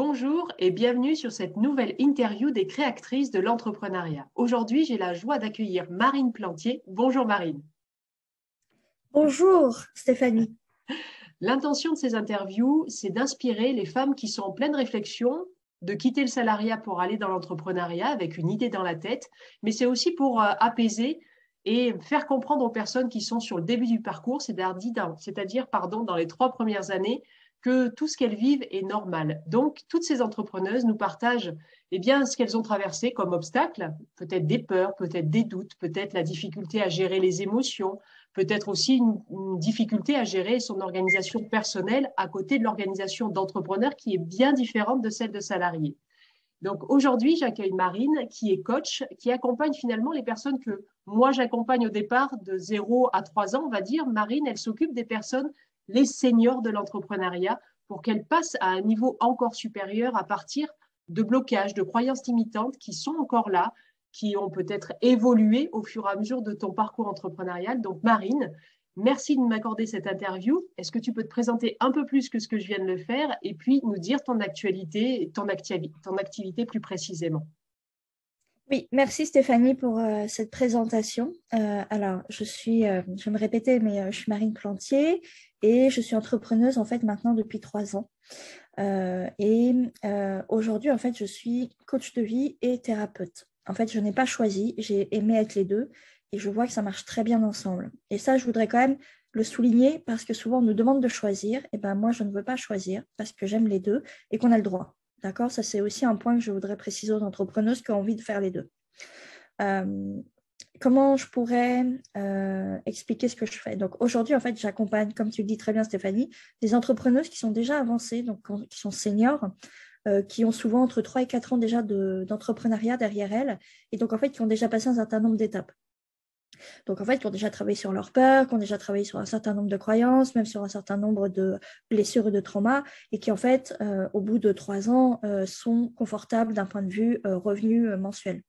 Bonjour et bienvenue sur cette nouvelle interview des créatrices de l'entrepreneuriat. Aujourd'hui, j'ai la joie d'accueillir Marine Plantier. Bonjour Marine. Bonjour Stéphanie. L'intention de ces interviews, c'est d'inspirer les femmes qui sont en pleine réflexion de quitter le salariat pour aller dans l'entrepreneuriat avec une idée dans la tête, mais c'est aussi pour apaiser et faire comprendre aux personnes qui sont sur le début du parcours, c'est-à-dire dans les 3 premières années, que tout ce qu'elles vivent est normal. Donc, toutes ces entrepreneuses nous partagent ce qu'elles ont traversé comme obstacles, peut-être des peurs, peut-être des doutes, peut-être la difficulté à gérer les émotions, peut-être aussi une difficulté à gérer son organisation personnelle à côté de l'organisation d'entrepreneur qui est bien différente de celle de salarié. Donc aujourd'hui, j'accueille Marine qui est coach, qui accompagne finalement les personnes que moi j'accompagne au départ de 0 à 3 ans, on va dire. Marine, elle s'occupe des personnes, les seniors de l'entrepreneuriat, pour qu'elles passent à un niveau encore supérieur à partir de blocages, de croyances limitantes qui sont encore là, qui ont peut-être évolué au fur et à mesure de ton parcours entrepreneurial. Donc Marine, merci de m'accorder cette interview. Est-ce que tu peux te présenter un peu plus que ce que je viens de le faire et puis nous dire ton actualité, ton activité plus précisément? Oui, merci Stéphanie pour cette présentation. Je vais me répéter, mais je suis Marine Plantier et je suis entrepreneuse en fait maintenant depuis 3 ans. Aujourd'hui, en fait, je suis coach de vie et thérapeute. En fait, je n'ai pas choisi, j'ai aimé être les deux et je vois que ça marche très bien ensemble. Et ça, je voudrais quand même le souligner parce que souvent on nous demande de choisir. Et ben moi, je ne veux pas choisir parce que j'aime les deux et qu'on a le droit. D'accord? Ça, c'est aussi un point que je voudrais préciser aux entrepreneuses qui ont envie de faire les deux. Euh, Comment je pourrais expliquer ce que je fais? Donc aujourd'hui, en fait, j'accompagne, comme tu le dis très bien, Stéphanie, des entrepreneuses qui sont déjà avancées, donc qui sont seniors, qui ont souvent entre 3 et 4 ans déjà d'entrepreneuriat derrière elles, et donc en fait, qui ont déjà passé un certain nombre d'étapes. Donc en fait, qui ont déjà travaillé sur leur peur, qui ont déjà travaillé sur un certain nombre de croyances, même sur un certain nombre de blessures et de traumas, et qui en fait, au bout de 3 ans, sont confortables d'un point de vue revenu mensuel.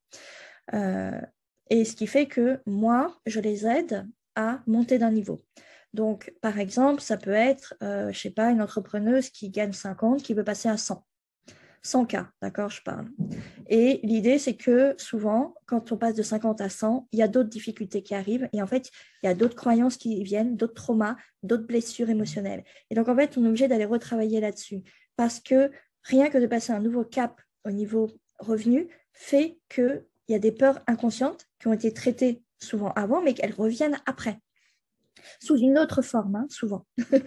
Euh, et ce qui fait que moi, je les aide à monter d'un niveau. Donc, par exemple, ça peut être, je ne sais pas, une entrepreneuse qui gagne 50, qui veut passer à 100. 100 cas, d'accord, je parle. Et l'idée, c'est que souvent, quand on passe de 50 à 100, il y a d'autres difficultés qui arrivent. Et en fait, il y a d'autres croyances qui viennent, d'autres traumas, d'autres blessures émotionnelles. Et donc, en fait, on est obligé d'aller retravailler là-dessus. Parce que rien que de passer un nouveau cap au niveau revenu fait qu'il y a des peurs inconscientes qui ont été traitées souvent avant, mais qu'elles reviennent après, sous une autre forme, hein, souvent,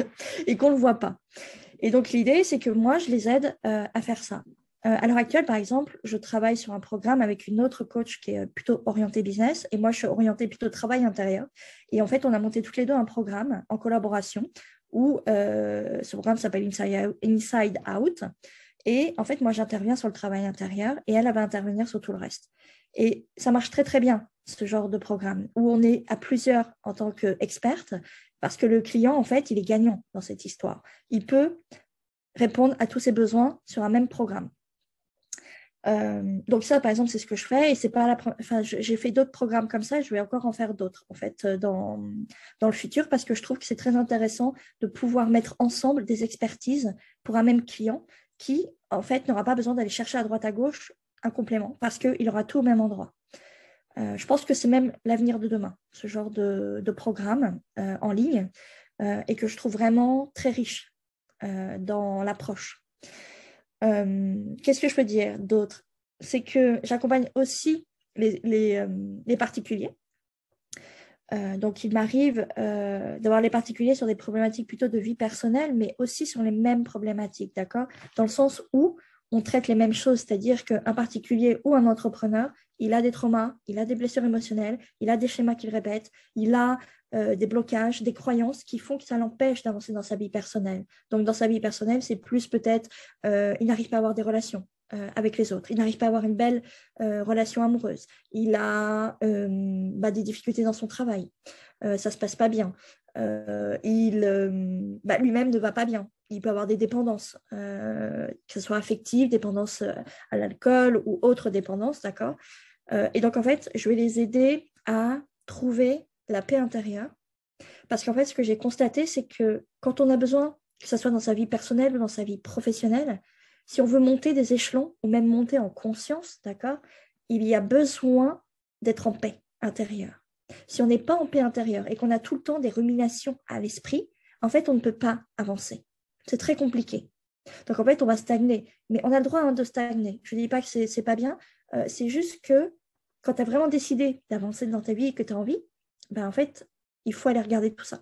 et qu'on ne le voit pas. Et donc, l'idée, c'est que moi, je les aide à faire ça. À l'heure actuelle, par exemple, je travaille sur un programme avec une autre coach qui est plutôt orientée business et moi, je suis orientée plutôt travail intérieur. Et en fait, on a monté toutes les deux un programme en collaboration où ce programme s'appelle Inside Out. Et en fait, moi, j'interviens sur le travail intérieur et elle va intervenir sur tout le reste. Et ça marche très, très bien, ce genre de programme, où on est à plusieurs en tant qu'experte, parce que le client, en fait, il est gagnant dans cette histoire. Il peut répondre à tous ses besoins sur un même programme. Donc ça, par exemple, c'est ce que je fais et c'est pas j'ai fait d'autres programmes comme ça et je vais encore en faire d'autres en fait dans le futur parce que je trouve que c'est très intéressant de pouvoir mettre ensemble des expertises pour un même client qui en fait n'aura pas besoin d'aller chercher à droite à gauche un complément parce qu'il aura tout au même endroit. Je pense que c'est même l'avenir de demain, ce genre de programme en ligne et que je trouve vraiment très riche dans l'approche. Qu'est-ce que je peux dire d'autre? C'est que j'accompagne aussi les particuliers. Donc, il m'arrive d'avoir les particuliers sur des problématiques plutôt de vie personnelle, mais aussi sur les mêmes problématiques, d'accord? Dans le sens où on traite les mêmes choses, c'est-à-dire qu'un particulier ou un entrepreneur, il a des traumas, il a des blessures émotionnelles, il a des schémas qu'il répète, il a des blocages, des croyances qui font que ça l'empêche d'avancer dans sa vie personnelle. Donc, dans sa vie personnelle, c'est plus peut-être, il n'arrive pas à avoir des relations avec les autres, il n'arrive pas à avoir une belle relation amoureuse, il a des difficultés dans son travail, ça ne se passe pas bien, lui-même ne va pas bien. Il peut avoir des dépendances, que ce soit affectives, dépendance à l'alcool ou autres dépendances, d'accord? Et donc, en fait, je vais les aider à trouver la paix intérieure. Parce qu'en fait, ce que j'ai constaté, c'est que quand on a besoin, que ce soit dans sa vie personnelle ou dans sa vie professionnelle, si on veut monter des échelons ou même monter en conscience, d'accord, il y a besoin d'être en paix intérieure. Si on n'est pas en paix intérieure et qu'on a tout le temps des ruminations à l'esprit, en fait, on ne peut pas avancer. C'est très compliqué. Donc, en fait, on va stagner. Mais on a le droit de stagner. Je ne dis pas que c'est pas bien. C'est juste que quand tu as vraiment décidé d'avancer dans ta vie et que tu as envie, ben, en fait, il faut aller regarder tout ça.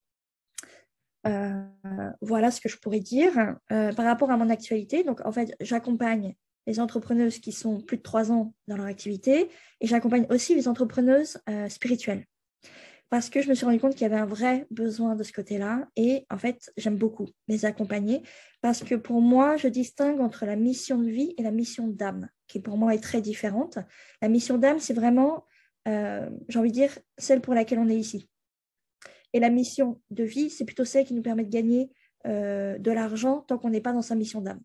Voilà ce que je pourrais dire. Par rapport à mon actualité, donc, en fait, j'accompagne les entrepreneuses qui sont plus de 3 ans dans leur activité et j'accompagne aussi les entrepreneuses spirituelles. Parce que je me suis rendu compte qu'il y avait un vrai besoin de ce côté-là. Et en fait, j'aime beaucoup les accompagner parce que pour moi, je distingue entre la mission de vie et la mission d'âme, qui pour moi est très différente. La mission d'âme, c'est vraiment, j'ai envie de dire, celle pour laquelle on est ici. Et la mission de vie, c'est plutôt celle qui nous permet de gagner de l'argent tant qu'on n'est pas dans sa mission d'âme.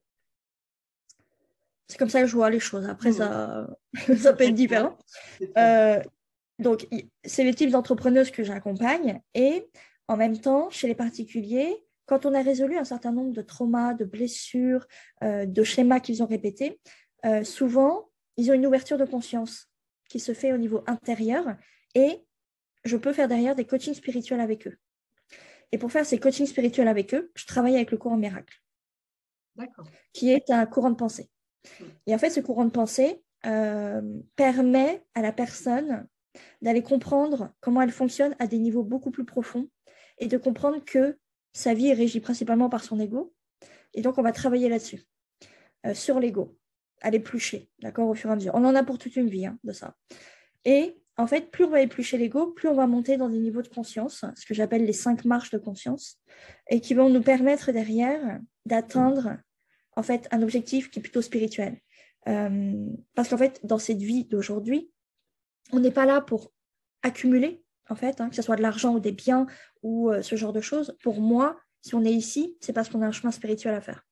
C'est comme ça que je vois les choses. Après, ça peut être différent. Donc, c'est le type d'entrepreneuses que j'accompagne. Et en même temps, chez les particuliers, quand on a résolu un certain nombre de traumas, de blessures, de schémas qu'ils ont répétés, souvent, ils ont une ouverture de conscience qui se fait au niveau intérieur. Et je peux faire derrière des coachings spirituels avec eux. Et pour faire ces coachings spirituels avec eux, je travaille avec le courant miracle, qui est un courant de pensée. Et en fait, ce courant de pensée permet à la personne d'aller comprendre comment elle fonctionne à des niveaux beaucoup plus profonds et de comprendre que sa vie est régie principalement par son ego. Et donc, on va travailler là-dessus, sur l'ego, à l'éplucher, d'accord, au fur et à mesure. On en a pour toute une vie de ça. Et en fait, plus on va éplucher l'ego, plus on va monter dans des niveaux de conscience, ce que j'appelle les 5 marches de conscience, et qui vont nous permettre derrière d'atteindre en fait un objectif qui est plutôt spirituel. Parce qu'en fait, dans cette vie d'aujourd'hui, on n'est pas là pour accumuler, en fait, que ce soit de l'argent ou des biens ou ce genre de choses. Pour moi, si on est ici, c'est parce qu'on a un chemin spirituel à faire.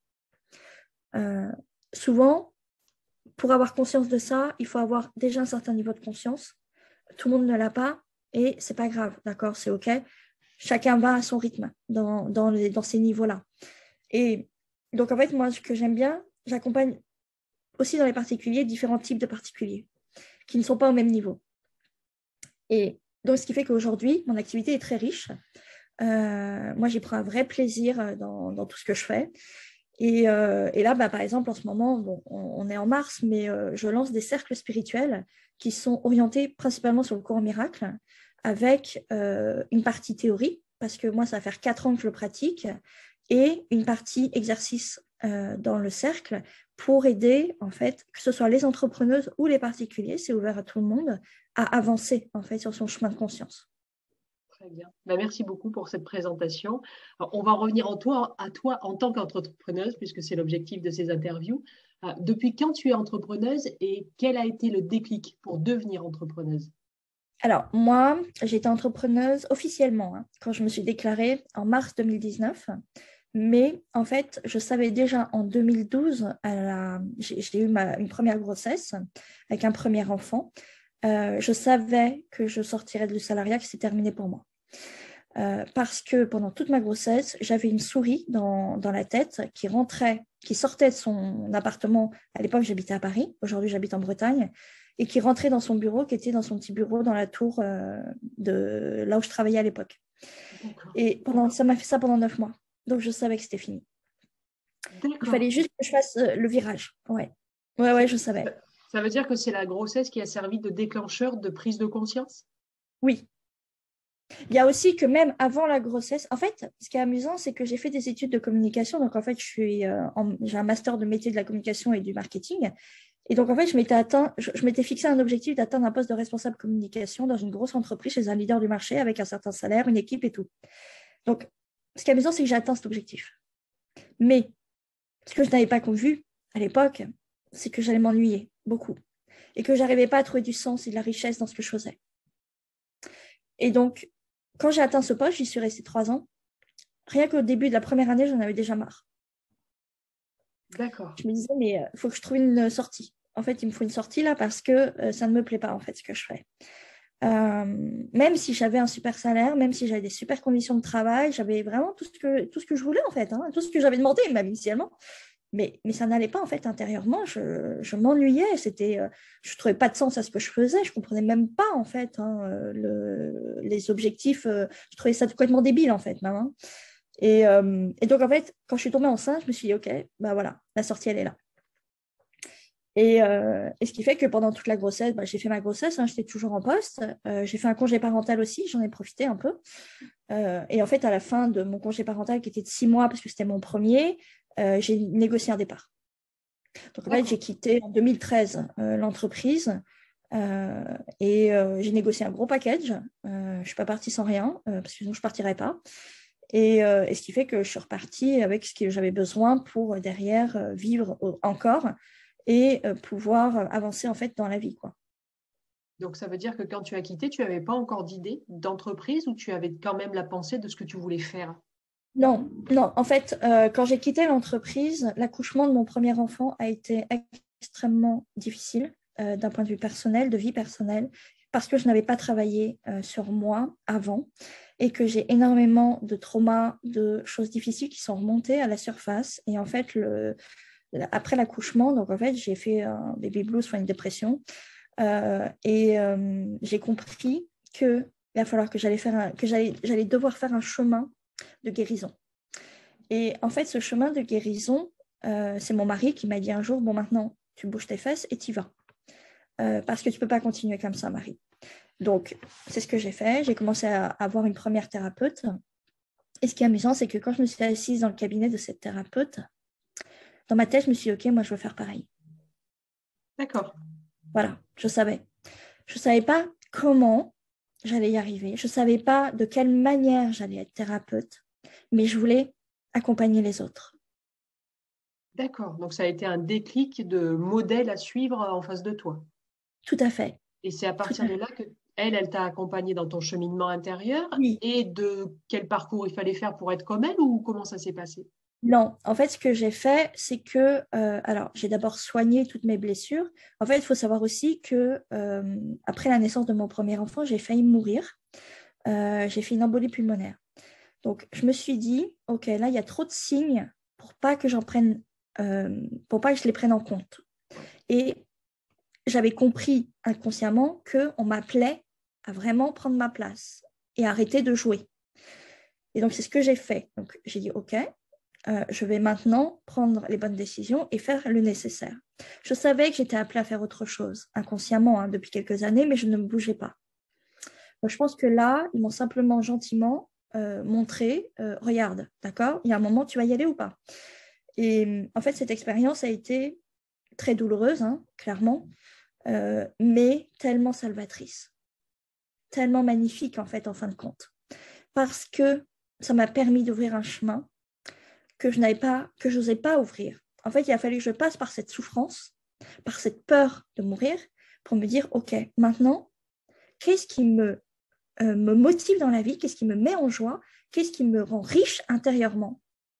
Souvent, pour avoir conscience de ça, il faut avoir déjà un certain niveau de conscience. Tout le monde ne l'a pas et c'est pas grave, d'accord, c'est OK. Chacun va à son rythme dans ces niveaux-là. Et donc, en fait, moi, ce que j'aime bien, j'accompagne aussi dans les particuliers différents types de particuliers qui ne sont pas au même niveau. Et donc, ce qui fait qu'aujourd'hui, mon activité est très riche. Moi, j'y prends un vrai plaisir dans tout ce que je fais. Et là, par exemple, en ce moment, bon, on est en mars, mais je lance des cercles spirituels qui sont orientés principalement sur le courant miracle, avec une partie théorie, parce que moi, ça va faire 4 ans que je le pratique, et une partie exercice dans le cercle pour aider, en fait, que ce soit les entrepreneuses ou les particuliers, c'est ouvert à tout le monde, à avancer, en fait, sur son chemin de conscience. Très bien. Merci beaucoup pour cette présentation. Alors, on va revenir à toi en tant qu'entrepreneuse, puisque c'est l'objectif de ces interviews. Depuis quand tu es entrepreneuse et quel a été le déclic pour devenir entrepreneuse? Alors, moi, j'ai été entrepreneuse officiellement quand je me suis déclarée en mars 2019. Mais en fait, je savais déjà en 2012, j'ai eu une première grossesse avec un premier enfant. Je savais que je sortirais du salariat, que c'était terminé pour moi. Parce que pendant toute ma grossesse, j'avais une souris dans la tête qui sortait de son appartement. À l'époque, j'habitais à Paris. Aujourd'hui, j'habite en Bretagne. Et qui rentrait dans son bureau, qui était dans son petit bureau dans la tour de là où je travaillais à l'époque. Et ça m'a fait ça pendant 9 mois. Donc, je savais que c'était fini. Il fallait juste que je fasse le virage. Ouais, je savais. Ça veut dire que c'est la grossesse qui a servi de déclencheur de prise de conscience? Oui. Il y a aussi que même avant la grossesse, en fait, ce qui est amusant, c'est que j'ai fait des études de communication. Donc, en fait, j'ai un master de métier de la communication et du marketing. Et donc, en fait, je m'étais fixé un objectif d'atteindre un poste de responsable communication dans une grosse entreprise chez un leader du marché avec un certain salaire, une équipe et tout. Donc, ce qui est amusant, c'est que j'ai atteint cet objectif. Mais ce que je n'avais pas vu à l'époque, c'est que j'allais m'ennuyer beaucoup et que je n'arrivais pas à trouver du sens et de la richesse dans ce que je faisais. Et donc, quand j'ai atteint ce poste, j'y suis restée 3 ans. Rien qu'au début de la première année, j'en avais déjà marre. D'accord. Je me disais, mais il faut que je trouve une sortie. En fait, il me faut une sortie là parce que ça ne me plaît pas, en fait, ce que je fais. Même si j'avais un super salaire, même si j'avais des super conditions de travail, j'avais vraiment tout ce que je voulais, en fait, tout ce que j'avais demandé, même initialement. Mais ça n'allait pas en fait intérieurement, je m'ennuyais, je ne trouvais pas de sens à ce que je faisais, je ne comprenais même pas en fait les objectifs, je trouvais ça complètement débile en fait même, hein. Et donc en fait, quand je suis tombée enceinte, je me suis dit, ok, bah voilà, la sortie elle est là. Et ce qui fait que pendant toute la grossesse, bah, j'ai fait ma grossesse, hein, j'étais toujours en poste. J'ai fait un congé parental aussi, j'en ai profité un peu. Et en fait, à la fin de mon congé parental, qui était de 6 mois, parce que c'était mon premier, j'ai négocié un départ. Donc en fait, j'ai quitté en 2013 l'entreprise et j'ai négocié un gros package. Je ne suis pas partie sans rien, parce que sinon je ne partirais pas. Et ce qui fait que je suis repartie avec ce que j'avais besoin pour derrière vivre encore et pouvoir avancer en fait dans la vie, quoi. Donc, ça veut dire que quand tu as quitté, tu n'avais pas encore d'idée d'entreprise ou tu avais quand même la pensée de ce que tu voulais faire? Non, non. En fait, quand j'ai quitté l'entreprise, l'accouchement de mon premier enfant a été extrêmement difficile d'un point de vue personnel, de vie personnelle, parce que je n'avais pas travaillé sur moi avant et que j'ai énormément de traumas, de choses difficiles qui sont remontées à la surface. Et en fait, après l'accouchement, donc en fait, j'ai fait un baby blues, soit une dépression, j'ai compris que il va falloir que j'allais devoir faire un chemin de guérison. Et en fait, ce chemin de guérison, c'est mon mari qui m'a dit un jour, bon, maintenant, tu bouges tes fesses et tu y vas. Parce que tu ne peux pas continuer comme ça, Marie. Donc, c'est ce que j'ai fait. J'ai commencé à avoir une première thérapeute. Et ce qui est amusant, c'est que quand je me suis assise dans le cabinet de cette thérapeute, dans ma tête, je me suis dit, OK, moi, je veux faire pareil. D'accord. Voilà, je savais. Je ne savais pas comment j'allais y arriver. Je ne savais pas de quelle manière j'allais être thérapeute, mais je voulais accompagner les autres. D'accord. Donc, ça a été un déclic de modèle à suivre en face de toi. Tout à fait. Et c'est à Tout partir à de fait. là que elle t'a accompagné dans ton cheminement intérieur Oui. et de quel parcours il fallait faire pour être comme elle ou comment ça s'est passé? Non, en fait, ce que j'ai fait, c'est que, alors, j'ai d'abord soigné toutes mes blessures. En fait, il faut savoir aussi que après la naissance de mon premier enfant, j'ai failli mourir. J'ai fait une embolie pulmonaire. Donc, je me suis dit, OK, là, il y a trop de signes pour pas que pour pas que je les prenne en compte. Et j'avais compris inconsciemment qu'on m'appelait à vraiment prendre ma place et arrêter de jouer. Et donc, c'est ce que j'ai fait. Donc, j'ai dit, OK, je vais maintenant prendre les bonnes décisions et faire le nécessaire. Je savais que j'étais appelée à faire autre chose, inconsciemment, hein, depuis quelques années, mais je ne me bougeais pas. Donc, je pense que là, ils m'ont simplement gentiment montré, regarde, d'accord, il y a un moment, tu vas y aller ou pas. Et en fait, cette expérience a été très douloureuse, hein, clairement, mais tellement salvatrice, tellement magnifique, en fait, en fin de compte. Parce que ça m'a permis d'ouvrir un chemin que je n'osais pas ouvrir. En fait, il a fallu que je passe par cette souffrance, par cette peur de mourir, pour me dire, OK, maintenant, qu'est-ce qui me motive dans la vie, qu'est-ce qui me met en joie, qu'est-ce qui me rend riche intérieurement.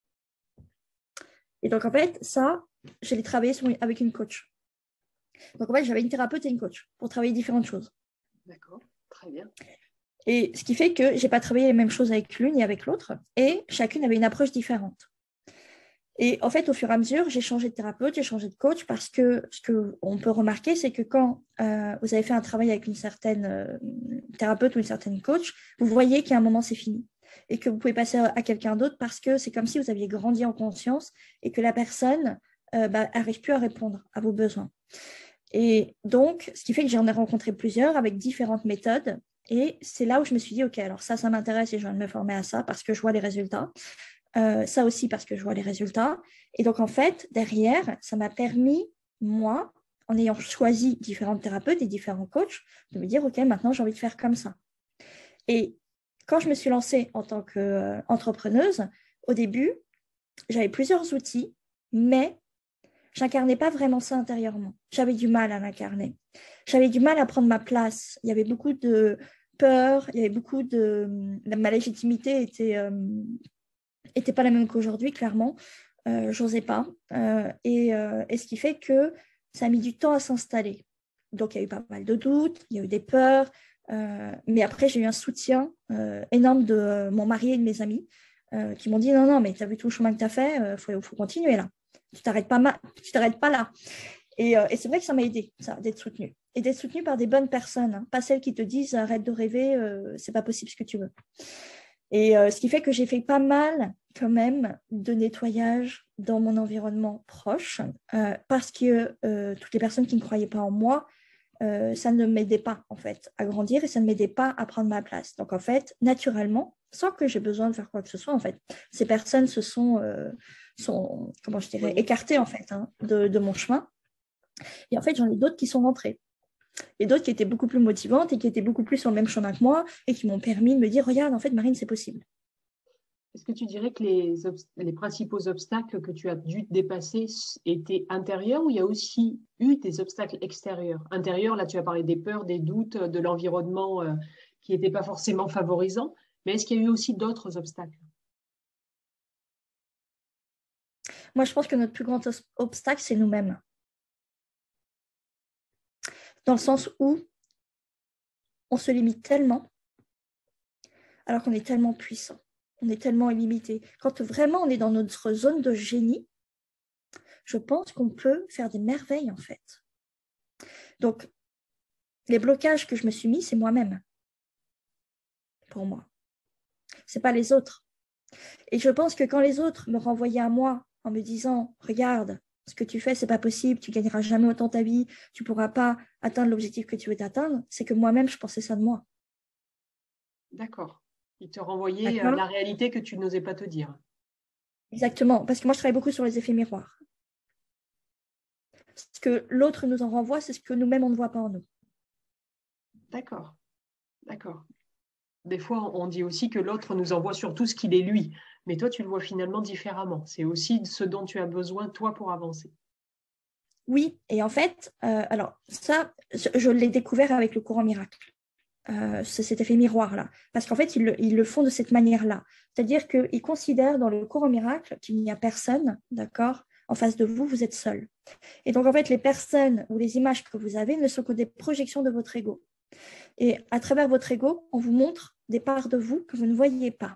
Et donc, en fait, ça, je l'ai travaillé avec une coach. Donc, en fait, j'avais une thérapeute et une coach pour travailler différentes choses. D'accord, très bien. Et ce qui fait que je n'ai pas travaillé les mêmes choses avec l'une et avec l'autre, et chacune avait une approche différente. Et en fait, au fur et à mesure, j'ai changé de thérapeute, j'ai changé de coach parce que ce qu'on peut remarquer, c'est que quand vous avez fait un travail avec une certaine thérapeute ou une certaine coach, vous voyez qu'à un moment, c'est fini et que vous pouvez passer à quelqu'un d'autre parce que c'est comme si vous aviez grandi en conscience et que la personne n'arrive plus à répondre à vos besoins. Et donc, ce qui fait que j'en ai rencontré plusieurs avec différentes méthodes. Et c'est là où je me suis dit, OK, alors ça m'intéresse et je viens de me former à ça parce que je vois les résultats. Ça aussi parce que je vois les résultats. Et donc, en fait, derrière, ça m'a permis, moi, en ayant choisi différentes thérapeutes et différents coachs, de me dire, OK, maintenant, j'ai envie de faire comme ça. Et quand je me suis lancée en tant qu'entrepreneuse, au début, j'avais plusieurs outils, mais je n'incarnais pas vraiment ça intérieurement. J'avais du mal à l'incarner. J'avais du mal à prendre ma place. Il y avait beaucoup de peur, il y avait beaucoup de... Ma légitimité était pas la même qu'aujourd'hui, clairement. J'osais pas. Et ce qui fait que ça a mis du temps à s'installer. Donc, il y a eu pas mal de doutes, il y a eu des peurs. Mais après, j'ai eu un soutien énorme de mon mari et de mes amis qui m'ont dit non, non, mais tu as vu tout le chemin que tu as fait, faut continuer là. Tu t'arrêtes pas là. Et c'est vrai que ça m'a aidé, ça, d'être soutenue. Et d'être soutenue par des bonnes personnes, hein, pas celles qui te disent arrête de rêver, c'est pas possible ce que tu veux. Et ce qui fait que j'ai fait pas mal quand même de nettoyage dans mon environnement proche parce que toutes les personnes qui ne croyaient pas en moi, ça ne m'aidait pas en fait à grandir et ça ne m'aidait pas à prendre ma place. Donc en fait, naturellement, sans que j'ai besoin de faire quoi que ce soit, en fait, ces personnes sont comment je dirais, écartées en fait hein, de mon chemin. Et en fait, j'en ai d'autres qui sont rentrées. Et d'autres qui étaient beaucoup plus motivantes et qui étaient beaucoup plus sur le même chemin que moi et qui m'ont permis de me dire, regarde, en fait, Marine, c'est possible. Est-ce que tu dirais que les principaux obstacles que tu as dû dépasser étaient intérieurs ou il y a aussi eu des obstacles extérieurs? Intérieurs, là, tu as parlé des peurs, des doutes, de l'environnement qui n'était pas forcément favorisant, mais est-ce qu'il y a eu aussi d'autres obstacles? Moi, je pense que notre plus grand obstacle, c'est nous-mêmes. Dans le sens où on se limite tellement alors qu'on est tellement puissant, on est tellement illimité. Quand vraiment on est dans notre zone de génie, je pense qu'on peut faire des merveilles en fait. Donc, les blocages que je me suis mis, c'est moi-même, pour moi. Ce n'est pas les autres. Et je pense que quand les autres me renvoyaient à moi en me disant, regarde, ce que tu fais, c'est pas possible, tu gagneras jamais autant ta vie, tu pourras pas atteindre l'objectif que tu veux atteindre, c'est que moi-même, je pensais ça de moi. D'accord. Il te renvoyait D'accord. la réalité que tu n'osais pas te dire. Exactement, parce que moi, je travaille beaucoup sur les effets miroirs. Ce que l'autre nous en renvoie, c'est ce que nous-mêmes, on ne voit pas en nous. D'accord, d'accord. Des fois, on dit aussi que l'autre nous envoie surtout ce qu'il est lui, mais toi, tu le vois finalement différemment. C'est aussi ce dont tu as besoin, toi, pour avancer. Oui, et en fait, alors ça, je l'ai découvert avec le courant miracle. C'est cet effet miroir-là. Parce qu'en fait, ils le font de cette manière-là. C'est-à-dire qu'ils considèrent dans le courant miracle qu'il n'y a personne, d'accord, en face de vous, vous êtes seul. Et donc, en fait, les personnes ou les images que vous avez ne sont que des projections de votre ego. Et à travers votre ego, on vous montre des parts de vous que vous ne voyez pas.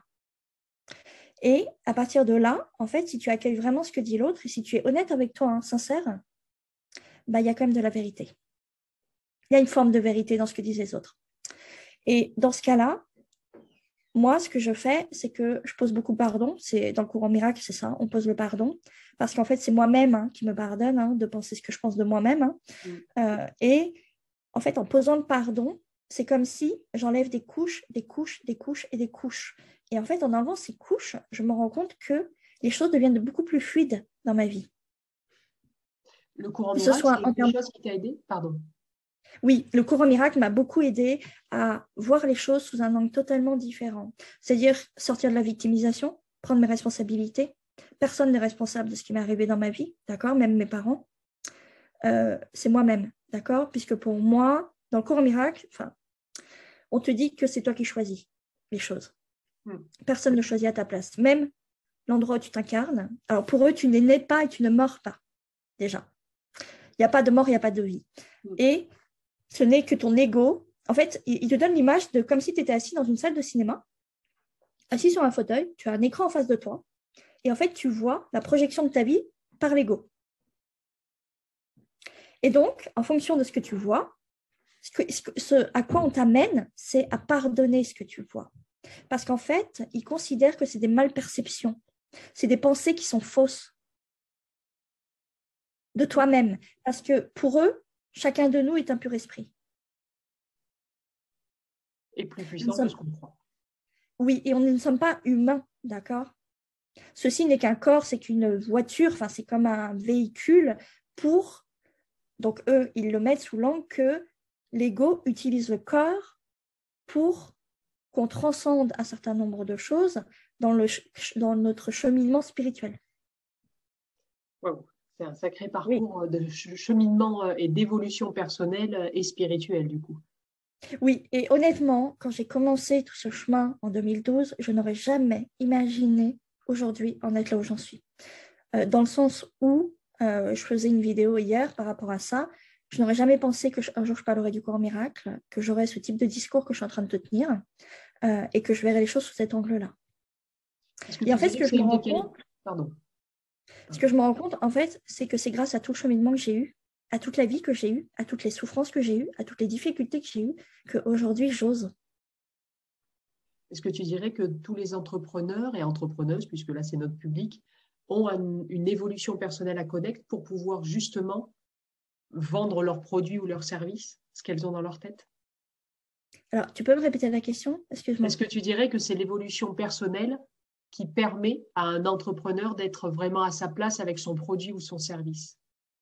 Et à partir de là, en fait, si tu accueilles vraiment ce que dit l'autre et si tu es honnête avec toi, hein, sincère, bah, il y a quand même de la vérité. Il y a une forme de vérité dans ce que disent les autres. Et dans ce cas-là, moi, ce que je fais, c'est que je pose beaucoup pardon. C'est dans le courant miracle, c'est ça, on pose le pardon. Parce qu'en fait, c'est moi-même hein, qui me pardonne hein, de penser ce que je pense de moi-même. Hein. Et en fait, en posant le pardon, c'est comme si j'enlève des couches, des couches, des couches et des couches. Et en fait, en enlevant ces couches, je me rends compte que les choses deviennent beaucoup plus fluides dans ma vie. Le courant Que ce miracle, soit c'est en quelque termes... chose qui t'a aidé? Pardon. Oui, le courant miracle m'a beaucoup aidé à voir les choses sous un angle totalement différent. C'est-à-dire sortir de la victimisation, prendre mes responsabilités. Personne n'est responsable de ce qui m'est arrivé dans ma vie, d'accord? Même mes parents. C'est moi-même, d'accord? Puisque pour moi, dans le courant miracle, on te dit que c'est toi qui choisis les choses. Personne ne choisit à ta place. Même l'endroit où tu t'incarnes. Alors pour eux, tu n'es né pas et tu ne meurs pas, déjà. Il n'y a pas de mort, il n'y a pas de vie. Et ce n'est que ton ego. En fait, il te donne l'image de comme si tu étais assis dans une salle de cinéma, assis sur un fauteuil, tu as un écran en face de toi, et en fait, tu vois la projection de ta vie par l'ego. Et donc, en fonction de ce que tu vois, ce à quoi on t'amène, c'est à pardonner ce que tu vois. Parce qu'en fait, ils considèrent que c'est des malperceptions, c'est des pensées qui sont fausses de toi-même. Parce que pour eux, chacun de nous est un pur esprit. Et plus puissant que ce qu'on croit. Oui, et on ne sommes pas humains, d'accord? Ceci n'est qu'un corps, c'est qu'une voiture, enfin, c'est comme un véhicule pour... Donc, eux, ils le mettent sous l'angle que l'ego utilise le corps pour qu'on transcende un certain nombre de choses dans notre cheminement spirituel. Wow. C'est un sacré parcours Oui. de cheminement et d'évolution personnelle et spirituelle, du coup. Oui, et honnêtement, quand j'ai commencé tout ce chemin en 2012, je n'aurais jamais imaginé aujourd'hui en être là où j'en suis. Dans le sens où je faisais une vidéo hier par rapport à ça, je n'aurais jamais pensé qu'un jour je parlerais du courant miracle, que j'aurais ce type de discours que je suis en train de te tenir et que je verrais les choses sous cet angle-là. Et en fait, ce que je me rends compte... Pardon. Ce que je me rends compte, en fait, c'est que c'est grâce à tout le cheminement que j'ai eu, à toute la vie que j'ai eue, à toutes les souffrances que j'ai eues, à toutes les difficultés que j'ai eues, qu'aujourd'hui, j'ose. Est-ce que tu dirais que tous les entrepreneurs et entrepreneuses, puisque là c'est notre public, ont une évolution personnelle à connaître pour pouvoir justement vendre leurs produits ou leurs services, ce qu'elles ont dans leur tête? Alors, tu peux me répéter la question? Est-ce Excuse-moi. que tu dirais que c'est l'évolution personnelle qui permet à un entrepreneur d'être vraiment à sa place avec son produit ou son service?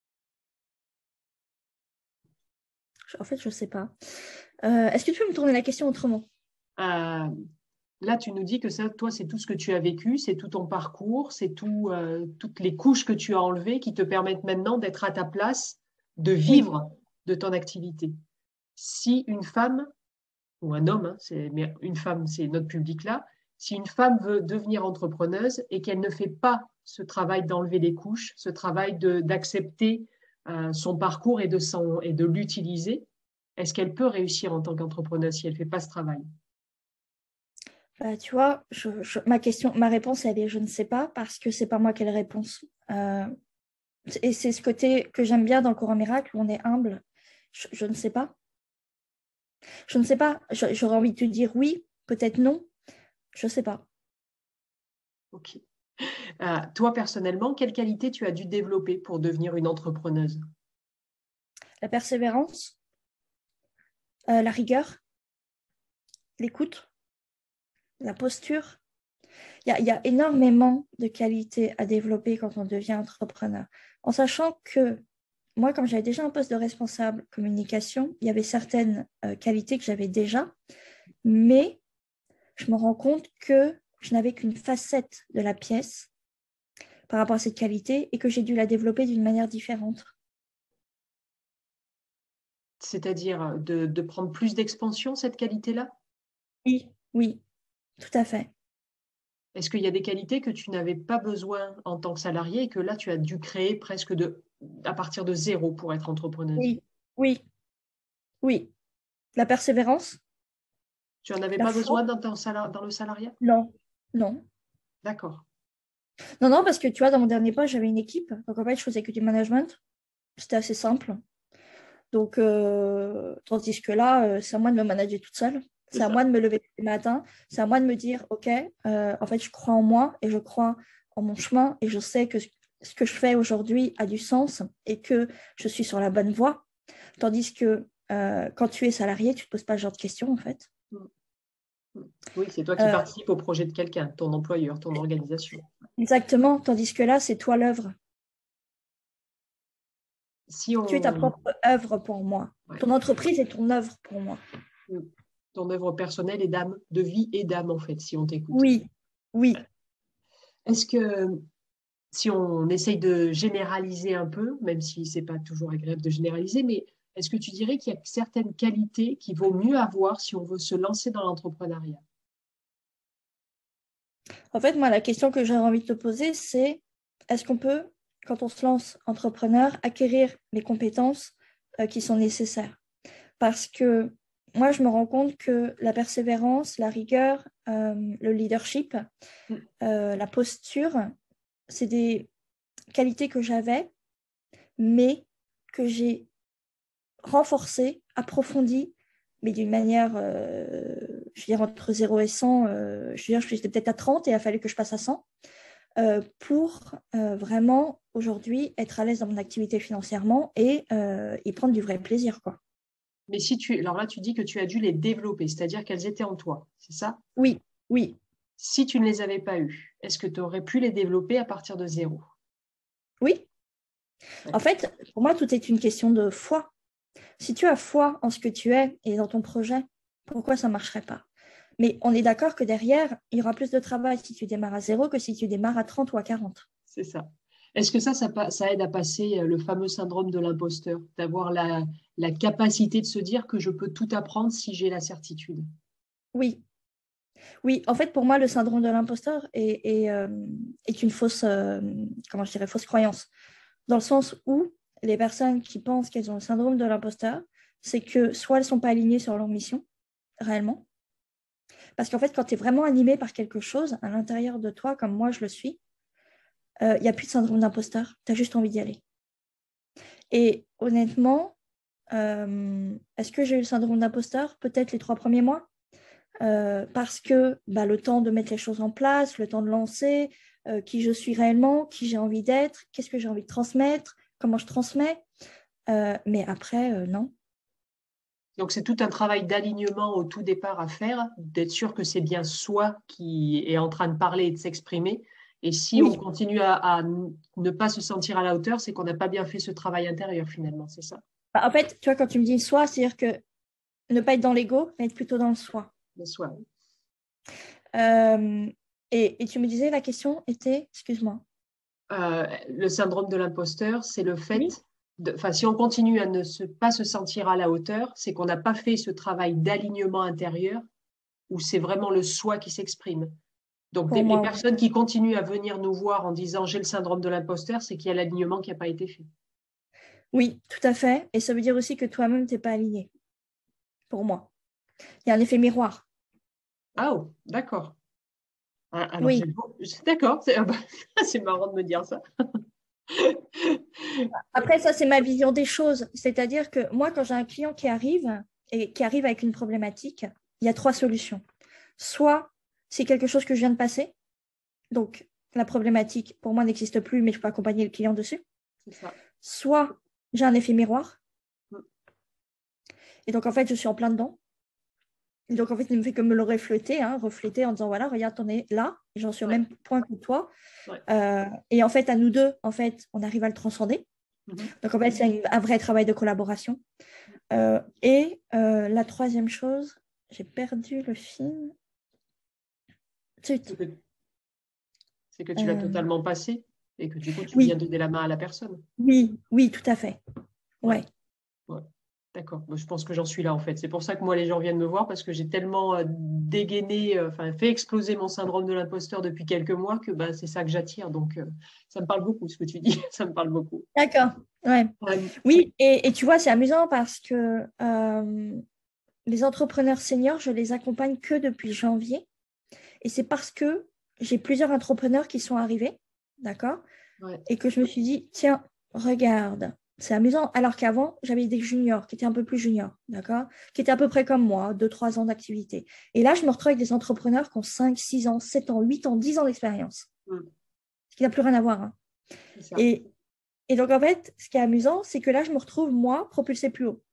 En fait, je ne sais pas. Est-ce que tu peux me tourner la question autrement? Euh, Là, tu nous dis que ça, toi, c'est tout ce que tu as vécu, c'est tout ton parcours, c'est toutes les couches que tu as enlevées qui te permettent maintenant d'être à ta place, de Oui. vivre de ton activité. Si une femme, ou un homme, hein, mais une femme, c'est notre public là, si une femme veut devenir entrepreneuse et qu'elle ne fait pas ce travail d'enlever les couches, ce travail d'accepter son parcours et de l'utiliser, est-ce qu'elle peut réussir en tant qu'entrepreneuse si elle ne fait pas ce travail? Bah, tu vois, ma réponse, elle est je ne sais pas parce que c'est pas moi qui ai la réponse. Et c'est ce côté que j'aime bien dans le courant miracle où on est humble. Je ne sais pas. Je ne sais pas. J'aurais envie de te dire oui, peut-être non. Je ne sais pas. Ok. Toi, personnellement, quelle qualité tu as dû développer pour devenir une entrepreneuse? La persévérance, la rigueur, l'écoute, la posture. Il y a énormément de qualités à développer quand on devient entrepreneur. En sachant que moi, comme j'avais déjà un poste de responsable communication, il y avait certaines qualités que j'avais déjà, mais je me rends compte que je n'avais qu'une facette de la pièce par rapport à cette qualité et que j'ai dû la développer d'une manière différente. C'est-à-dire de prendre plus d'expansion, cette qualité-là? Oui, oui, tout à fait. Est-ce qu'il y a des qualités que tu n'avais pas besoin en tant que salarié et que là, tu as dû créer à partir de zéro pour être entrepreneuse? Oui, oui, oui. La persévérance, Tu n'en avais la pas foi, besoin dans le salariat? non, non. D'accord. Non, non, parce que tu vois, dans mon dernier poste, j'avais une équipe. Donc en fait, je faisais que du management. C'était assez simple. Donc, tandis que là, c'est à moi de me manager toute seule. C'est C'est à moi ça. de me lever le matin. C'est à moi de me dire, OK, en fait, je crois en moi et je crois en mon chemin et je sais que ce que je fais aujourd'hui a du sens et que je suis sur la bonne voie. Tandis que quand tu es salarié, tu ne te poses pas ce genre de questions, en fait. Mm. Mm. Oui, c'est toi qui Euh, participes au projet de quelqu'un, ton employeur, ton organisation. exactement. Tandis que là, c'est toi l'œuvre. Si Tu es ta on, propre œuvre pour moi. ouais, Ton entreprise est ton œuvre pour moi. mm, ton œuvre personnelle et d'âme, de vie et d'âme, en fait, si on t'écoute. Oui, oui. Est-ce que si on essaye de généraliser un peu, même si c'est pas toujours agréable de généraliser, mais est-ce que tu dirais qu'il y a certaines qualités qu'il vaut mieux avoir si on veut se lancer dans l'entrepreneuriat? En fait, moi, la question que j'aurais envie de te poser, c'est est-ce qu'on peut, quand on se lance entrepreneur, acquérir les compétences qui sont nécessaires? Parce que moi, je me rends compte que la persévérance, la rigueur, le leadership, Mm. la posture, c'est des qualités que j'avais, mais que j'ai renforcées, approfondies, mais d'une manière, je veux dire, entre 0 et 100, je veux dire, je suis peut-être à 30 et il a fallu que je passe à 100. Pour vraiment aujourd'hui être à l'aise dans mon activité financièrement et y prendre du vrai plaisir, quoi. Mais alors là, tu dis que tu as dû les développer, c'est-à-dire qu'elles étaient en toi, c'est ça? Oui, oui, Si tu ne les avais pas eues, est-ce que tu aurais pu les développer à partir de zéro? oui. En D'accord. fait, pour moi, tout est une question de foi. Si tu as foi en ce que tu es et dans ton projet, pourquoi ça ne marcherait pas? Mais on est d'accord que derrière, il y aura plus de travail si tu démarres à zéro que si tu démarres à 30 ou à 40. C'est ça. Est-ce que ça aide à passer le fameux syndrome de l'imposteur, d'avoir la capacité de se dire que je peux tout apprendre si j'ai la certitude? Oui, oui. En fait, pour moi, le syndrome de l'imposteur est une fausse, comment je dirais, fausse croyance. Dans le sens où les personnes qui pensent qu'elles ont le syndrome de l'imposteur, c'est que soit elles ne sont pas alignées sur leur mission, réellement. Parce qu'en fait, quand tu es vraiment animé par quelque chose à l'intérieur de toi, comme moi je le suis, il n'y a plus de syndrome d'imposteur, tu as juste envie d'y aller. Et honnêtement, est-ce que j'ai eu le syndrome d'imposteur? Peut-être les 3 premiers mois, parce que le temps de mettre les choses en place, le temps de lancer, qui je suis réellement, qui j'ai envie d'être, qu'est-ce que j'ai envie de transmettre, comment je transmets. Mais après, non. Donc, c'est tout un travail d'alignement au tout départ à faire, d'être sûr que c'est bien soi qui est en train de parler et de s'exprimer. Et si on Oui, continue à ne pas se sentir à la hauteur, c'est qu'on n'a pas bien fait ce travail intérieur finalement, c'est ça, en fait, tu vois, quand tu me dis soi, c'est-à-dire que ne pas être dans l'ego, mais être plutôt dans le soi. le soi. Euh, et tu me disais, la question était, excuse-moi. Le syndrome de l'imposteur, c'est le Oui. fait, si on continue à pas se sentir à la hauteur, c'est qu'on n'a pas fait ce travail d'alignement intérieur où c'est vraiment le soi qui s'exprime. Donc, Pour les moi, oui. personnes qui continuent à venir nous voir en disant j'ai le syndrome de l'imposteur, c'est qu'il y a l'alignement qui n'a pas été fait. Oui, tout à fait. Et ça veut dire aussi que toi-même, tu n'es pas aligné, pour moi. Il y a un effet miroir. Ah, oh, d'accord. Ah, alors, Oui. d'accord, c'est marrant de me dire ça. Après, ça, c'est ma vision des choses. C'est-à-dire que moi, quand j'ai un client qui arrive et qui arrive avec une problématique, il y a 3 solutions. Soit c'est quelque chose que je viens de passer, donc la problématique, pour moi, n'existe plus, mais je peux accompagner le client dessus. C'est ça. Soit j'ai un effet miroir, Mm. et donc en fait, je suis en plein dedans. Et donc en fait, il ne me fait que me le refléter en disant, voilà, regarde, on est là, j'en suis au Ouais, même point que toi. ouais. Et en fait, à nous deux, en fait, on arrive à le transcender. Mhm. Donc en fait, c'est un vrai travail de collaboration. La troisième chose, j'ai perdu le film. C'est Zut. que, c'est que tu l'as Euh, totalement passé et que du coup, tu viens oui, donner la main à la personne. oui, oui, tout à fait. Ouais. Ouais. Ouais. D'accord. Bon, je pense que j'en suis là en fait. C'est pour ça que moi les gens viennent me voir parce que j'ai tellement dégainé, fait exploser mon syndrome de l'imposteur depuis quelques mois que c'est ça que j'attire. Donc ça me parle beaucoup ce que tu dis. Ça me parle beaucoup. D'accord. Ouais. Euh, Oui, et tu vois, c'est amusant parce que les entrepreneurs seniors, je les accompagne que depuis janvier. Et c'est parce que j'ai plusieurs entrepreneurs qui sont arrivés, d'accord, ouais. et que je me suis dit, tiens, regarde, c'est amusant. Alors qu'avant, j'avais des juniors qui étaient un peu plus juniors, d'accord, qui étaient à peu près comme moi, 2, 3 ans d'activité. Et là, je me retrouve avec des entrepreneurs qui ont 5, 6 ans, 7 ans, 8 ans, 10 ans d'expérience, Mm, ce qui n'a plus rien à voir, hein. c'est ça. Et, et donc, en fait, ce qui est amusant, c'est que là, je me retrouve, moi, propulsée plus haut.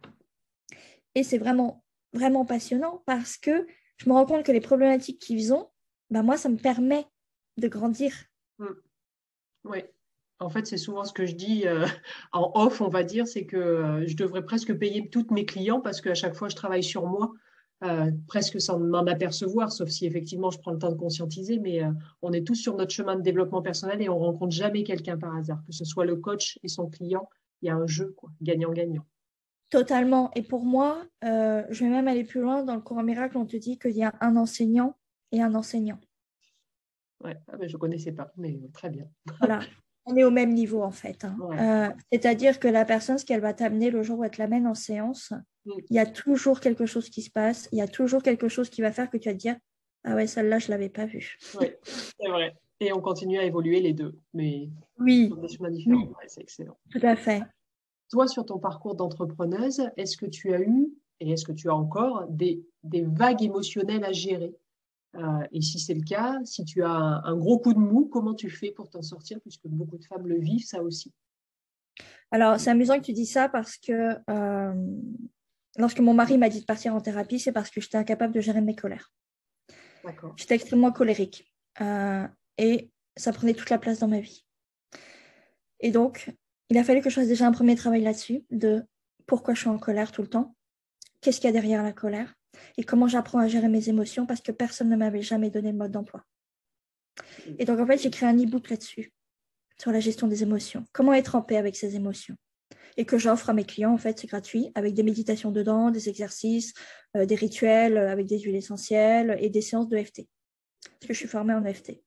Et c'est vraiment, vraiment passionnant parce que je me rends compte que les problématiques qu'ils ont, moi, ça me permet de grandir. Mm, ouais. En fait, c'est souvent ce que je dis en off, on va dire, c'est que je devrais presque payer toutes mes clients parce qu'à chaque fois, je travaille sur moi, presque sans m'en apercevoir, sauf si effectivement je prends le temps de conscientiser, mais on est tous sur notre chemin de développement personnel et on rencontre jamais quelqu'un par hasard, que ce soit le coach et son client, il y a un jeu, quoi, gagnant-gagnant. Totalement. Et pour moi, je vais même aller plus loin. Dans le courant miracle, on te dit qu'il y a un enseignant et un enseignant. Ouais, ah ben, je connaissais pas, mais très bien. Voilà. On est au même niveau, en fait, hein. Ouais. C'est-à-dire que la personne, ce qu'elle va t'amener le jour où elle te l'amène en séance, Mm, il y a toujours quelque chose qui se passe. Il y a toujours quelque chose qui va faire que tu vas te dire, ah ouais, celle-là, je ne l'avais pas vue. ouais, c'est vrai. Et on continue à évoluer les deux, mais sur Oui, des chemins différents. oui, Ouais, c'est excellent. tout à fait. Toi, sur ton parcours d'entrepreneuse, est-ce que tu as eu et est-ce que tu as encore des vagues émotionnelles à gérer? Et si c'est le cas, si tu as un gros coup de mou, comment tu fais pour t'en sortir? Puisque beaucoup de femmes le vivent, ça aussi. Alors, c'est amusant que tu dis ça parce que lorsque mon mari m'a dit de partir en thérapie, c'est parce que j'étais incapable de gérer mes colères. D'accord. J'étais extrêmement colérique et ça prenait toute la place dans ma vie. Et donc, il a fallu que je fasse déjà un premier travail là-dessus, de pourquoi je suis en colère tout le temps, qu'est-ce qu'il y a derrière la colère et comment j'apprends à gérer mes émotions parce que personne ne m'avait jamais donné le mode d'emploi. Et donc, en fait, j'ai créé un e-book là-dessus, sur la gestion des émotions, comment être en paix avec ses émotions. Et que j'offre à mes clients, en fait, c'est gratuit, avec des méditations dedans, des exercices, des rituels avec des huiles essentielles et des séances de EFT, parce que je suis formée en EFT.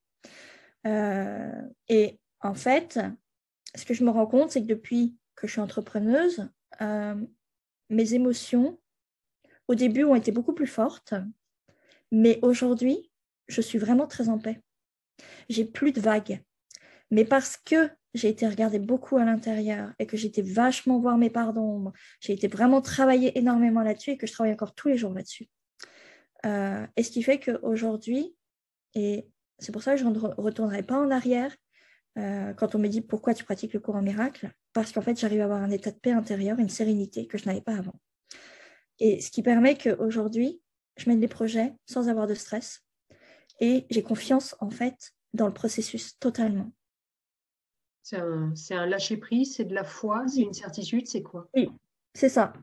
Et en fait, ce que je me rends compte, c'est que depuis que je suis entrepreneuse, mes émotions, au début, ont été beaucoup plus fortes, mais aujourd'hui, je suis vraiment très en paix. J'ai plus de vagues. Mais parce que j'ai été regarder beaucoup à l'intérieur et que j'ai été vachement voir mes parts d'ombre, j'ai été vraiment travailler énormément là-dessus et que je travaille encore tous les jours là-dessus. Et ce qui fait qu'aujourd'hui, et c'est pour ça que je ne retournerai pas en arrière quand on me dit pourquoi tu pratiques le courant miracle, parce qu'en fait, j'arrive à avoir un état de paix intérieur, une sérénité que je n'avais pas avant. Et ce qui permet qu'aujourd'hui, je mène des projets sans avoir de stress et j'ai confiance en fait dans le processus totalement. C'est un lâcher-prise, c'est de la foi, c'est une certitude, c'est quoi? Oui, c'est ça.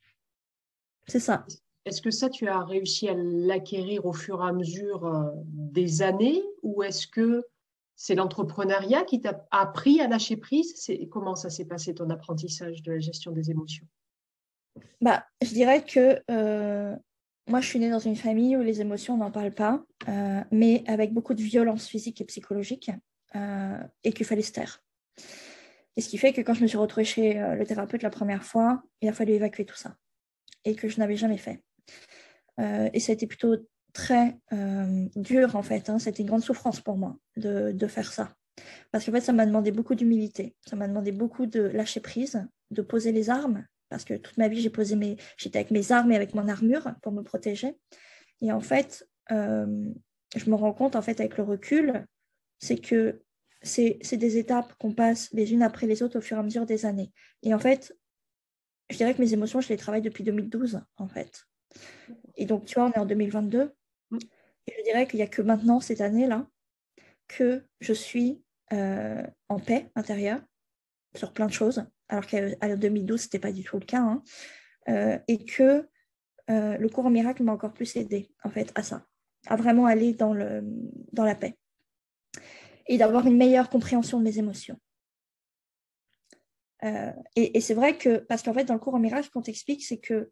C'est ça. Est-ce que ça, tu as réussi à l'acquérir au fur et à mesure des années ou est-ce que c'est l'entrepreneuriat qui t'a appris à lâcher prise? Comment ça s'est passé ton apprentissage de la gestion des émotions? Je dirais que moi, je suis née dans une famille où les émotions, on n'en parle pas, mais avec beaucoup de violence physique et psychologique et qu'il fallait se taire. Et ce qui fait que quand je me suis retrouvée chez le thérapeute la première fois, il a fallu évacuer tout ça et que je n'avais jamais fait. Et ça a été plutôt très dur en fait. C'était une grande souffrance pour moi de faire ça. Parce qu'en fait, ça m'a demandé beaucoup d'humilité. Ça m'a demandé beaucoup de lâcher prise, de poser les armes. Parce que toute ma vie, j'étais avec mes armes et avec mon armure pour me protéger. Et en fait, je me rends compte en fait avec le recul, c'est que c'est des étapes qu'on passe les unes après les autres au fur et à mesure des années. Et en fait, je dirais que mes émotions, je les travaille depuis 2012 en fait. Et donc, tu vois, on est en 2022. Et je dirais qu'il n'y a que maintenant, cette année-là, que je suis en paix intérieure sur plein de choses, alors qu'à 2012, ce n'était pas du tout le cas. Et que le courant miracle m'a encore plus aidé, en fait, à ça, à vraiment aller dans la paix et d'avoir une meilleure compréhension de mes émotions. Et c'est vrai que, parce qu'en fait, dans le courant miracle, ce qu'on t'explique, c'est que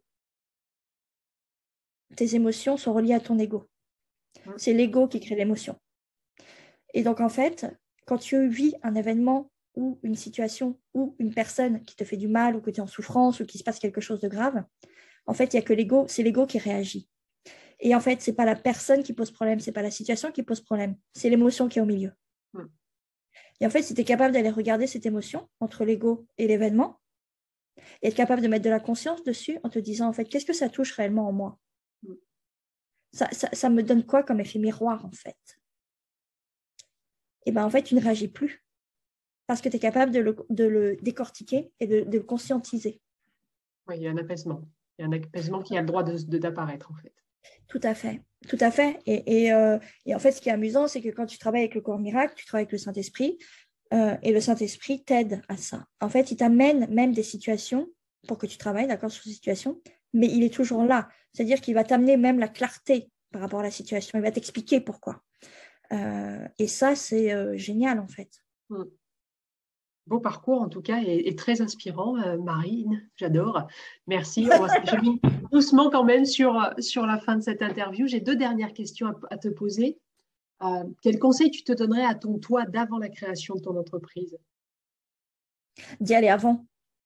tes émotions sont reliées à ton ego. C'est l'ego qui crée l'émotion. Et donc, en fait, quand tu vis un événement ou une situation ou une personne qui te fait du mal ou que tu es en souffrance ou qu'il se passe quelque chose de grave, en fait, il n'y a que l'ego, c'est l'ego qui réagit. Et en fait, ce n'est pas la personne qui pose problème, ce n'est pas la situation qui pose problème, c'est l'émotion qui est au milieu. Et en fait, si tu es capable d'aller regarder cette émotion entre l'ego et l'événement, et être capable de mettre de la conscience dessus en te disant, en fait, qu'est-ce que ça touche réellement en moi? Ça me donne quoi comme effet miroir, en fait? Et bien, en fait, tu ne réagis plus parce que tu es capable de le décortiquer et de le conscientiser. Oui, il y a un apaisement. Il y a un apaisement qui a le droit d'apparaître, en fait. Tout à fait, tout à fait. Et en fait, ce qui est amusant, c'est que quand tu travailles avec le corps miracle, tu travailles avec le Saint-Esprit, et le Saint-Esprit t'aide à ça. En fait, il t'amène même des situations pour que tu travailles, d'accord, sur ces situations, mais il est toujours là. C'est-à-dire qu'il va t'amener même la clarté par rapport à la situation. Il va t'expliquer pourquoi. Et ça, c'est génial, en fait. Beau parcours, en tout cas, et très inspirant, Marine. J'adore. Merci. Je mis doucement quand même sur la fin de cette interview. J'ai deux dernières questions à te poser. Quel conseil tu te donnerais à ton toi d'avant la création de ton entreprise? D'y aller avant.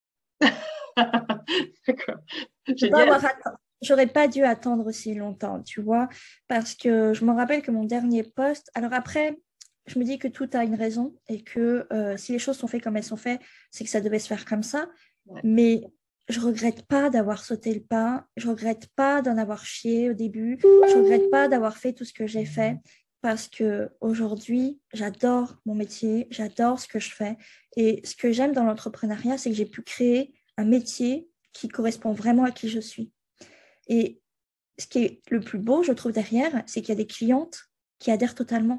D'accord. Génial. J'aurais pas dû attendre aussi longtemps, tu vois, parce que je me rappelle que mon dernier poste, alors après, je me dis que tout a une raison et que si les choses sont faites comme elles sont faites, c'est que ça devait se faire comme ça. Ouais. Mais je regrette pas d'avoir sauté le pas, je regrette pas d'en avoir chié au début, je regrette pas d'avoir fait tout ce que j'ai fait parce que aujourd'hui, j'adore mon métier, j'adore ce que je fais et ce que j'aime dans l'entrepreneuriat, c'est que j'ai pu créer un métier qui correspond vraiment à qui je suis. Et ce qui est le plus beau, je trouve, derrière, c'est qu'il y a des clientes qui adhèrent totalement.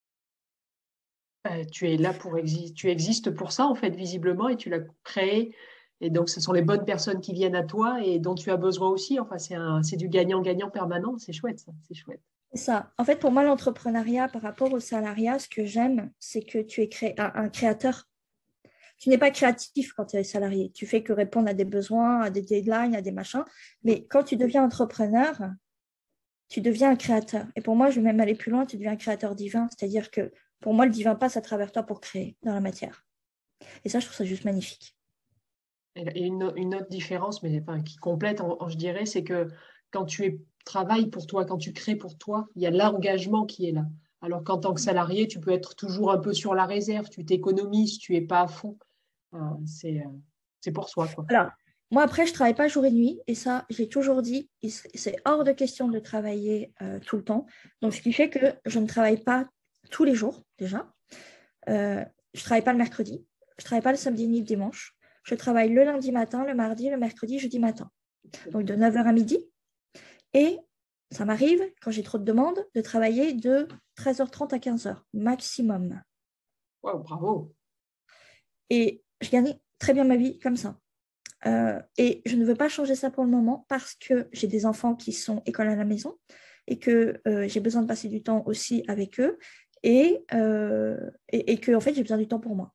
Tu es là tu existes pour ça, en fait, visiblement, et tu l'as créé. Et donc, ce sont les bonnes personnes qui viennent à toi et dont tu as besoin aussi. Enfin, c'est du gagnant-gagnant permanent. C'est chouette, ça. C'est chouette. C'est ça. En fait, pour moi, l'entrepreneuriat par rapport au salariat, ce que j'aime, c'est que tu es un créateur. Tu n'es pas créatif quand tu es salarié. Tu fais que répondre à des besoins, à des deadlines, à des machins. Mais quand tu deviens entrepreneur, tu deviens un créateur. Et pour moi, je vais même aller plus loin, tu deviens un créateur divin. C'est-à-dire que pour moi, le divin passe à travers toi pour créer dans la matière. Et ça, je trouve ça juste magnifique. Et une autre différence, mais enfin, qui complète, je dirais, c'est que quand tu travailles pour toi, quand tu crées pour toi, il y a l'engagement qui est là. Alors qu'en tant que salarié, tu peux être toujours un peu sur la réserve, tu t'économises, tu n'es pas à fond. C'est pour soi, quoi. Alors, moi, après, je ne travaille pas jour et nuit. Et ça, j'ai toujours dit, c'est hors de question de travailler tout le temps. Donc, ce qui fait que je ne travaille pas tous les jours, déjà. Je ne travaille pas le mercredi. Je ne travaille pas le samedi ni le dimanche. Je travaille le lundi matin, le mardi, le mercredi, jeudi matin. Donc, de 9h à midi. Et ça m'arrive, quand j'ai trop de demandes, de travailler de 13h30 à 15h maximum. Wow, bravo. Et je gagne très bien ma vie comme ça. Et je ne veux pas changer ça pour le moment parce que j'ai des enfants qui sont école à la maison et que j'ai besoin de passer du temps aussi avec eux et que en fait, j'ai besoin du temps pour moi.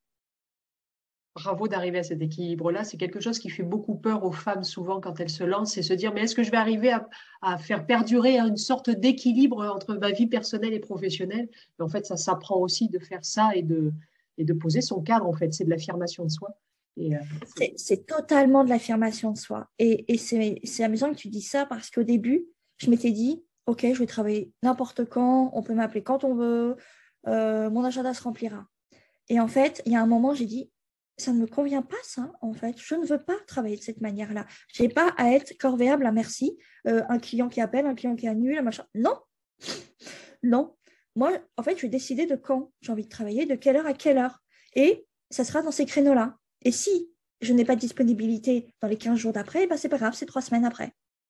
Bravo d'arriver à cet équilibre-là. C'est quelque chose qui fait beaucoup peur aux femmes souvent quand elles se lancent, c'est se dire, mais est-ce que je vais arriver à faire perdurer une sorte d'équilibre entre ma vie personnelle et professionnelle? Mais en fait, ça s'apprend aussi de faire ça et de poser son cadre, en fait. C'est de l'affirmation de soi. C'est totalement de l'affirmation de soi. Et c'est amusant que tu dis ça parce qu'au début, je m'étais dit, OK, je vais travailler n'importe quand, on peut m'appeler quand on veut, mon agenda se remplira. Et en fait, il y a un moment, j'ai dit, ça ne me convient pas, ça, en fait. Je ne veux pas travailler de cette manière-là. Je n'ai pas à être corvéable à merci. Un client qui appelle, un client qui annule, un machin. Non, non. Moi, en fait, je vais décider de quand j'ai envie de travailler, de quelle heure à quelle heure. Et ça sera dans ces créneaux-là. Et si je n'ai pas de disponibilité dans les 15 jours d'après, ben, c'est pas grave, c'est 3 semaines après.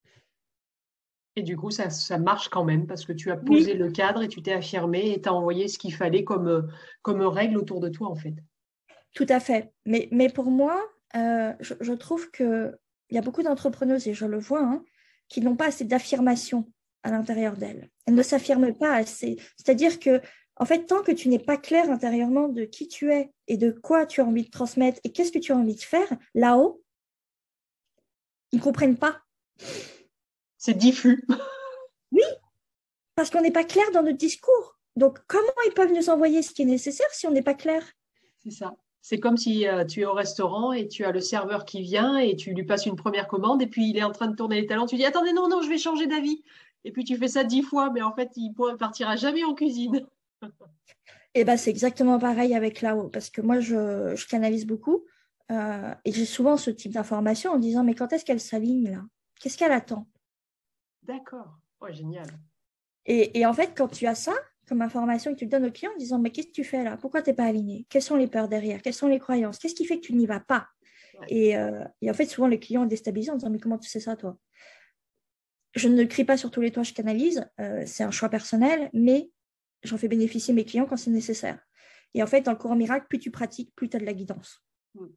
Et du coup, ça marche quand même parce que tu as Oui, posé le cadre et tu t'es affirmé et tu as envoyé ce qu'il fallait comme règle autour de toi, en fait. tout à fait. Mais pour moi, je trouve qu'il y a beaucoup d'entrepreneuses, et je le vois, hein, qui n'ont pas assez d'affirmation à l'intérieur d'elles. Elles ne s'affirment pas assez. C'est-à-dire que, en fait, tant que tu n'es pas clair intérieurement de qui tu es et de quoi tu as envie de transmettre et qu'est-ce que tu as envie de faire, là-haut, ils ne comprennent pas. C'est diffus. Oui, parce qu'on n'est pas clair dans notre discours. Donc, comment ils peuvent nous envoyer ce qui est nécessaire si on n'est pas clair? C'est ça. C'est comme si tu es au restaurant et tu as le serveur qui vient et tu lui passes une première commande et puis il est en train de tourner les talons. Tu dis, attendez, non, non, je vais changer d'avis. Et puis tu fais ça 10 fois, mais en fait, il ne partira jamais en cuisine. Et ben, c'est exactement pareil avec là-haut, parce que moi, je canalise beaucoup et j'ai souvent ce type d'information en disant, mais quand est-ce qu'elle s'aligne là? Qu'est-ce qu'elle attend? D'accord. Oh, génial. Et en fait, quand tu as ça comme information que tu donnes au client en disant, mais qu'est-ce que tu fais là? Pourquoi tu n'es pas aligné? Quelles sont les peurs derrière? Quelles sont les croyances? Qu'est-ce qui fait que tu n'y vas pas? Ouais. Et en fait, souvent, les clients sont déstabilisés en disant, mais comment tu sais ça, toi? Je ne crie pas sur tous les toits, je canalise, c'est un choix personnel, mais j'en fais bénéficier mes clients quand c'est nécessaire. Et en fait, dans le courant miracle, plus tu pratiques, plus tu as de la guidance. Mm.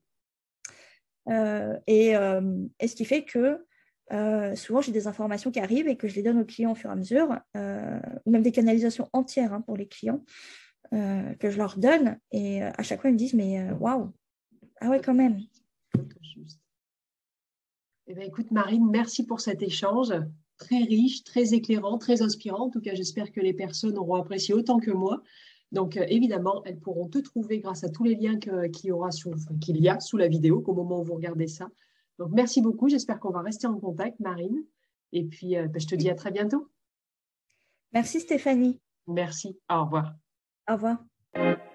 Et ce qui fait que souvent, j'ai des informations qui arrivent et que je les donne aux clients au fur et à mesure, ou même des canalisations entières pour les clients que je leur donne. Et à chaque fois, ils me disent, mais waouh, ah ouais, quand même. Juste. Eh bien, écoute, Marine, merci pour cet échange très riche, très éclairant, très inspirant. En tout cas, j'espère que les personnes auront apprécié autant que moi. Donc, évidemment, elles pourront te trouver grâce à tous les liens qu'il y a sous la vidéo au moment où vous regardez ça. Donc, merci beaucoup. J'espère qu'on va rester en contact, Marine. Et puis, je te dis à très bientôt. Merci Stéphanie. Merci. Au revoir. Au revoir.